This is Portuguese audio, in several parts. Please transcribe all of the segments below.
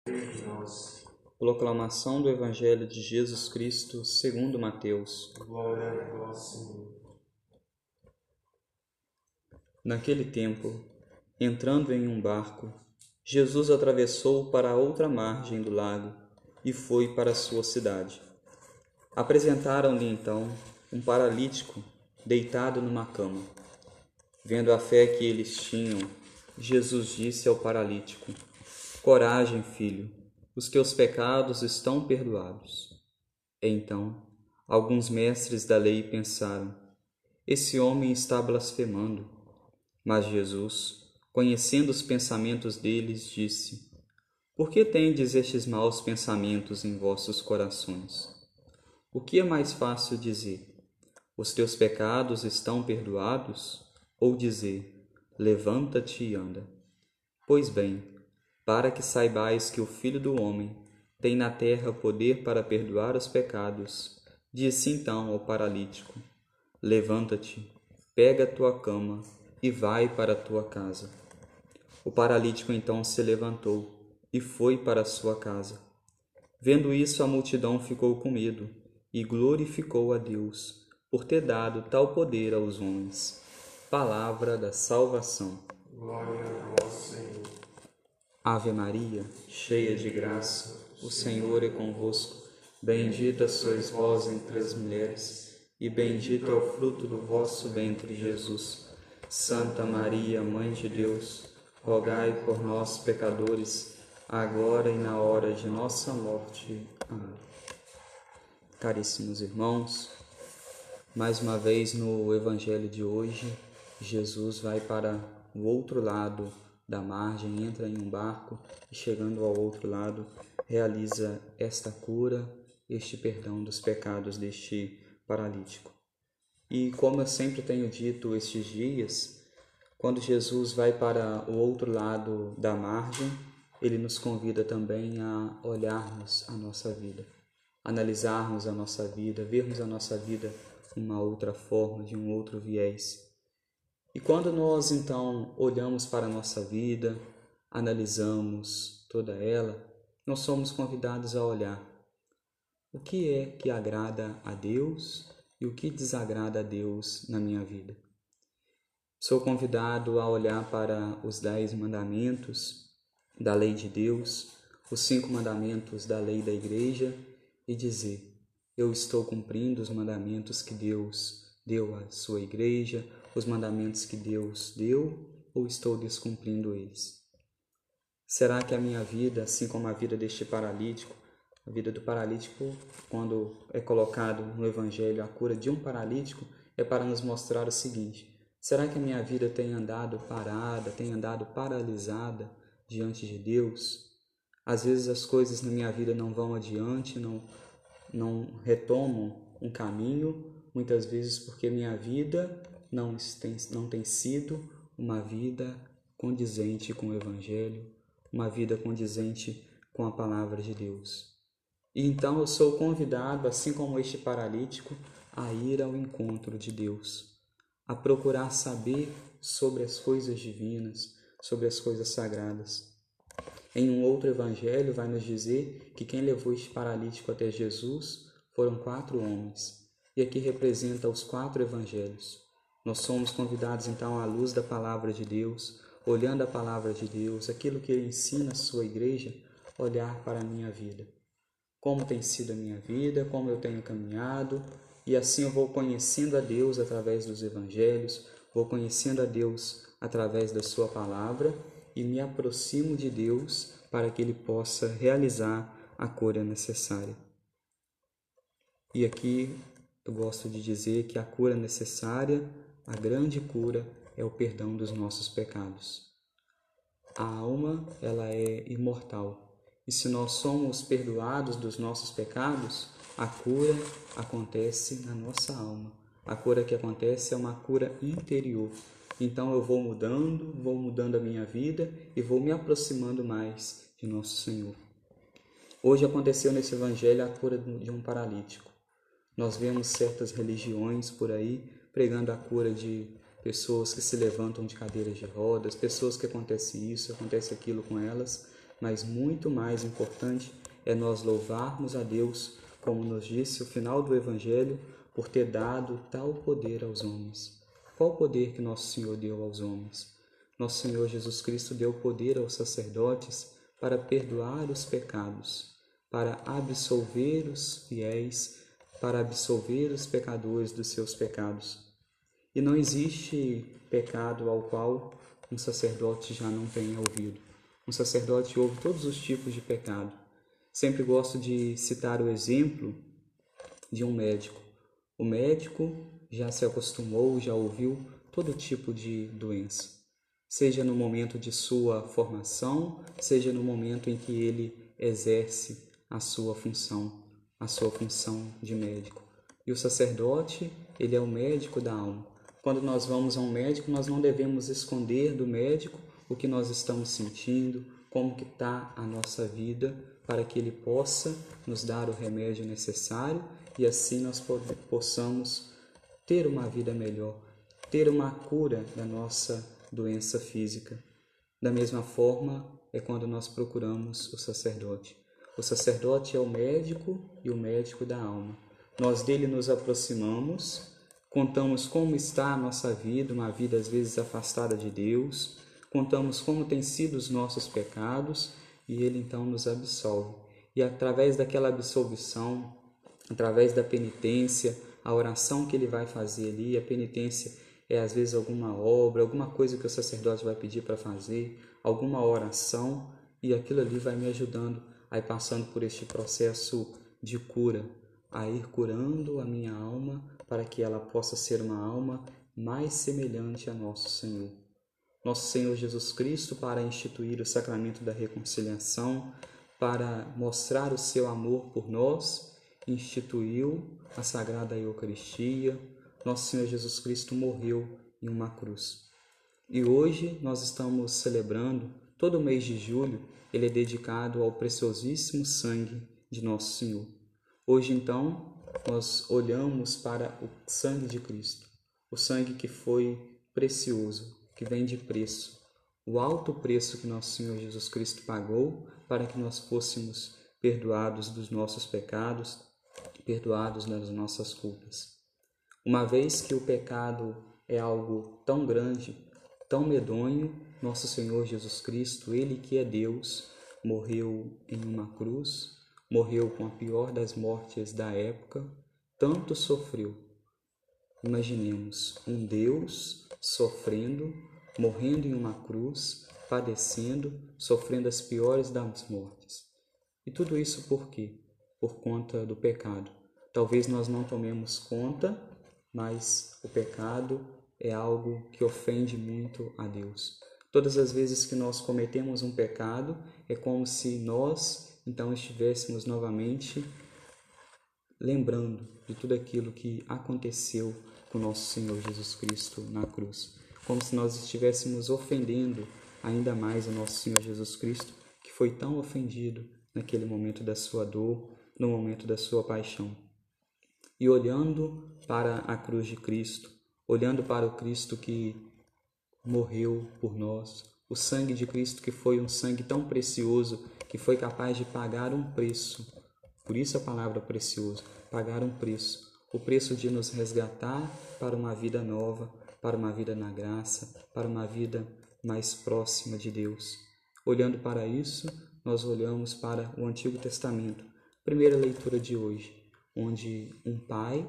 de nós. Proclamação do Evangelho de Jesus Cristo segundo Mateus. Glória a vós, Senhor. Naquele tempo, entrando em um barco, Jesus atravessou para a outra margem do lago e foi para a sua cidade. Apresentaram-lhe então um paralítico deitado numa cama. Vendo a fé que eles tinham, Jesus disse ao paralítico: Coragem, filho, os teus pecados estão perdoados. Então, alguns mestres da lei pensaram: esse homem está blasfemando. Mas Jesus, conhecendo os pensamentos deles, disse: Por que tendes estes maus pensamentos em vossos corações? O que é mais fácil dizer: os teus pecados estão perdoados? Ou dizer: levanta-te e anda? Pois bem, para que saibais que o Filho do Homem tem na terra poder para perdoar os pecados, disse então ao paralítico: levanta-te, pega a tua cama e vai para a tua casa. O paralítico então se levantou e foi para a sua casa. Vendo isso, a multidão ficou com medo e glorificou a Deus por ter dado tal poder aos homens. Palavra da salvação. Glória a vós, Senhor. Ave Maria, cheia de graça, o Senhor é convosco. Bendita sois vós entre as mulheres, e bendito é o fruto do vosso ventre, Jesus. Santa Maria, Mãe de Deus, rogai por nós, pecadores, agora e na hora de nossa morte. Amém. Caríssimos irmãos, mais uma vez no Evangelho de hoje, Jesus vai para o outro lado da margem, entra em um barco e, chegando ao outro lado, realiza esta cura, este perdão dos pecados deste paralítico. E como eu sempre tenho dito estes dias, quando Jesus vai para o outro lado da margem, ele nos convida também a olharmos a nossa vida, analisarmos a nossa vida, vermos a nossa vida uma outra forma, de um outro viés. E quando nós então olhamos para a nossa vida, analisamos toda ela, nós somos convidados a olhar o que é que agrada a Deus e o que desagrada a Deus na minha vida. Sou convidado a olhar para os 10 mandamentos da lei de Deus, os 5 mandamentos da lei da igreja e dizer: eu estou cumprindo os mandamentos que Deus deu à sua igreja, os mandamentos que Deus deu, ou estou descumprindo eles? Será que a minha vida, assim como a vida deste paralítico, a vida do paralítico, quando é colocado no Evangelho a cura de um paralítico, é para nos mostrar o seguinte: será que a minha vida tem andado parada, tem andado paralisada diante de Deus? Às vezes as coisas na minha vida não vão adiante, não retomam um caminho, muitas vezes porque minha vida não tem sido uma vida condizente com o Evangelho, uma vida condizente com a Palavra de Deus. E então eu sou convidado, assim como este paralítico, a ir ao encontro de Deus, a procurar saber sobre as coisas divinas, sobre as coisas sagradas. Em um outro evangelho vai nos dizer que quem levou este paralítico até Jesus foram 4 homens. E aqui representa os 4 evangelhos. Nós somos convidados então à luz da palavra de Deus, olhando a palavra de Deus, aquilo que ele ensina à sua igreja, olhar para a minha vida. Como tem sido a minha vida, como eu tenho caminhado, e assim eu vou conhecendo a Deus através dos evangelhos, vou conhecendo a Deus através da sua palavra e me aproximo de Deus para que Ele possa realizar a cura necessária. E aqui eu gosto de dizer que a cura necessária, a grande cura, é o perdão dos nossos pecados. A alma, ela é imortal. E se nós somos perdoados dos nossos pecados, a cura acontece na nossa alma. A cura que acontece é uma cura interior. Então eu vou mudando a minha vida e vou me aproximando mais de Nosso Senhor. Hoje aconteceu nesse evangelho a cura de um paralítico. Nós vemos certas religiões por aí pregando a cura de pessoas que se levantam de cadeiras de rodas, pessoas que acontece isso, acontece aquilo com elas, mas muito mais importante é nós louvarmos a Deus, como nos disse o final do Evangelho, por ter dado tal poder aos homens. Qual poder que nosso Senhor deu aos homens? Nosso Senhor Jesus Cristo deu poder aos sacerdotes para perdoar os pecados, para absolver os fiéis, para absolver os pecadores dos seus pecados. E não existe pecado ao qual um sacerdote já não tenha ouvido. Um sacerdote ouve todos os tipos de pecado. Sempre gosto de citar o exemplo de um médico. O médico já se acostumou, já ouviu todo tipo de doença, seja no momento de sua formação, seja no momento em que ele exerce a sua função de médico. E o sacerdote, ele é o médico da alma. Quando nós vamos a um médico, nós não devemos esconder do médico o que nós estamos sentindo, como que está a nossa vida, para que ele possa nos dar o remédio necessário e assim nós possamos ter uma vida melhor, ter uma cura da nossa doença física. Da mesma forma é quando nós procuramos o sacerdote. O sacerdote é o médico e o médico da alma. Nós dele nos aproximamos, contamos como está a nossa vida, uma vida às vezes afastada de Deus, contamos como têm sido os nossos pecados e ele então nos absolve. E através daquela absolvição, através da penitência, a oração que ele vai fazer ali, a penitência é às vezes alguma obra, alguma coisa que o sacerdote vai pedir para fazer, alguma oração, e aquilo ali vai me ajudando a ir passando por este processo de cura, a ir curando a minha alma para que ela possa ser uma alma mais semelhante a nosso Senhor. Nosso Senhor Jesus Cristo, para instituir o sacramento da reconciliação, para mostrar o seu amor por nós, instituiu a Sagrada Eucaristia. Nosso Senhor Jesus Cristo morreu em uma cruz. E hoje nós estamos celebrando, todo o mês de julho, ele é dedicado ao preciosíssimo sangue de Nosso Senhor. Hoje, então, nós olhamos para o sangue de Cristo, o sangue que foi precioso, que vem de preço, o alto preço que Nosso Senhor Jesus Cristo pagou para que nós fôssemos perdoados dos nossos pecados, perdoados das nossas culpas. Uma vez que o pecado é algo tão grande, tão medonho, Nosso Senhor Jesus Cristo, Ele que é Deus, morreu em uma cruz, morreu com a pior das mortes da época, tanto sofreu. Imaginemos um Deus sofrendo, morrendo em uma cruz, padecendo, sofrendo as piores das mortes. E tudo isso por quê? Por conta do pecado. Talvez nós não tomemos conta, mas o pecado é algo que ofende muito a Deus. Todas as vezes que nós cometemos um pecado, é como se nós, então, estivéssemos novamente lembrando de tudo aquilo que aconteceu com nosso Senhor Jesus Cristo na cruz. Como se nós estivéssemos ofendendo ainda mais o nosso Senhor Jesus Cristo, que foi tão ofendido naquele momento da sua dor, no momento da sua paixão. E olhando para a cruz de Cristo, olhando para o Cristo que morreu por nós, o sangue de Cristo que foi um sangue tão precioso, que foi capaz de pagar um preço, por isso a palavra precioso, pagar um preço, o preço de nos resgatar para uma vida nova, para uma vida na graça, para uma vida mais próxima de Deus. Olhando para isso, nós olhamos para o Antigo Testamento, primeira leitura de hoje, onde um pai,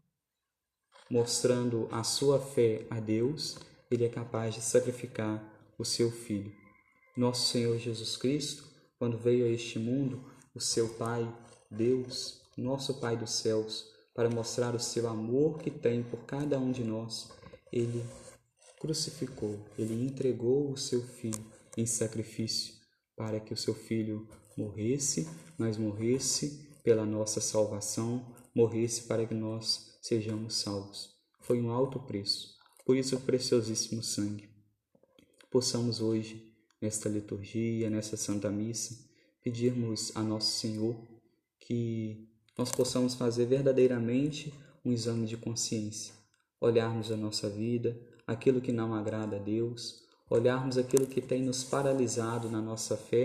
mostrando a sua fé a Deus, ele é capaz de sacrificar o seu filho. Nosso Senhor Jesus Cristo, quando veio a este mundo, o seu Pai, Deus, nosso Pai dos céus, para mostrar o seu amor que tem por cada um de nós, ele crucificou, ele entregou o seu filho em sacrifício para que o seu filho morresse, mas morresse pela nossa salvação, morresse para que nós sejamos salvos. Foi um alto preço, por isso o preciosíssimo sangue. Possamos hoje, nesta liturgia, nesta Santa Missa, pedirmos a Nosso Senhor que nós possamos fazer verdadeiramente um exame de consciência, olharmos a nossa vida, aquilo que não agrada a Deus, olharmos aquilo que tem nos paralisado na nossa fé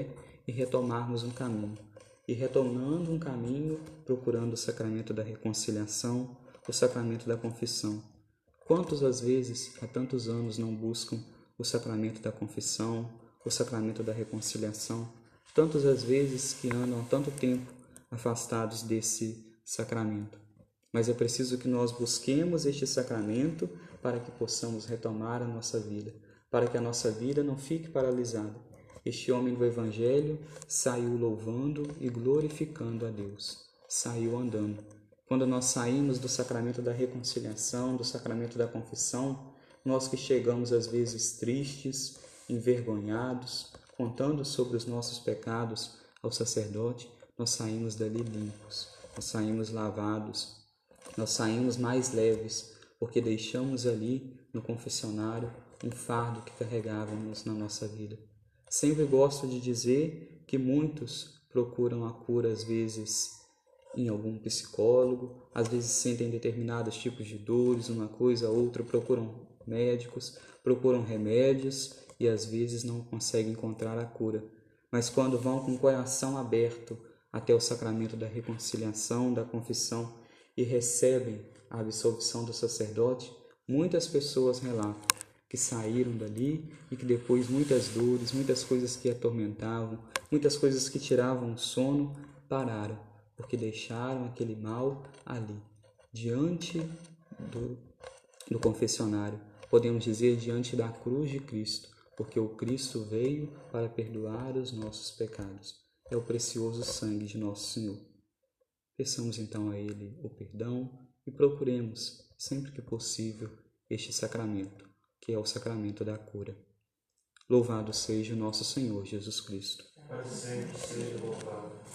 e retomarmos um caminho. E retornando um caminho, procurando o sacramento da reconciliação, o sacramento da confissão. Quantas às vezes, há tantos anos, não buscam o sacramento da confissão, o sacramento da reconciliação? Tantas as vezes que andam há tanto tempo afastados desse sacramento. Mas é preciso que nós busquemos este sacramento para que possamos retomar a nossa vida, para que a nossa vida não fique paralisada. Este homem do Evangelho saiu louvando e glorificando a Deus, saiu andando. Quando nós saímos do sacramento da reconciliação, do sacramento da confissão, nós que chegamos às vezes tristes, envergonhados, contando sobre os nossos pecados ao sacerdote, nós saímos dali limpos, nós saímos lavados, nós saímos mais leves, porque deixamos ali no confessionário um fardo que carregávamos na nossa vida. Sempre gosto de dizer que muitos procuram a cura às vezes em algum psicólogo, às vezes sentem determinados tipos de dores, uma coisa ou outra, procuram médicos, procuram remédios e às vezes não conseguem encontrar a cura. Mas quando vão com o coração aberto até o sacramento da reconciliação, da confissão e recebem a absolvição do sacerdote, muitas pessoas relatam que saíram dali e que depois muitas dores, muitas coisas que atormentavam, muitas coisas que tiravam o sono, pararam, porque deixaram aquele mal ali, diante do confessionário, podemos dizer diante da cruz de Cristo, porque o Cristo veio para perdoar os nossos pecados. É o precioso sangue de nosso Senhor. Peçamos então a Ele o perdão e procuremos, sempre que possível, este sacramento, que é o sacramento da cura. Louvado seja o nosso Senhor Jesus Cristo. Para sempre seja louvado.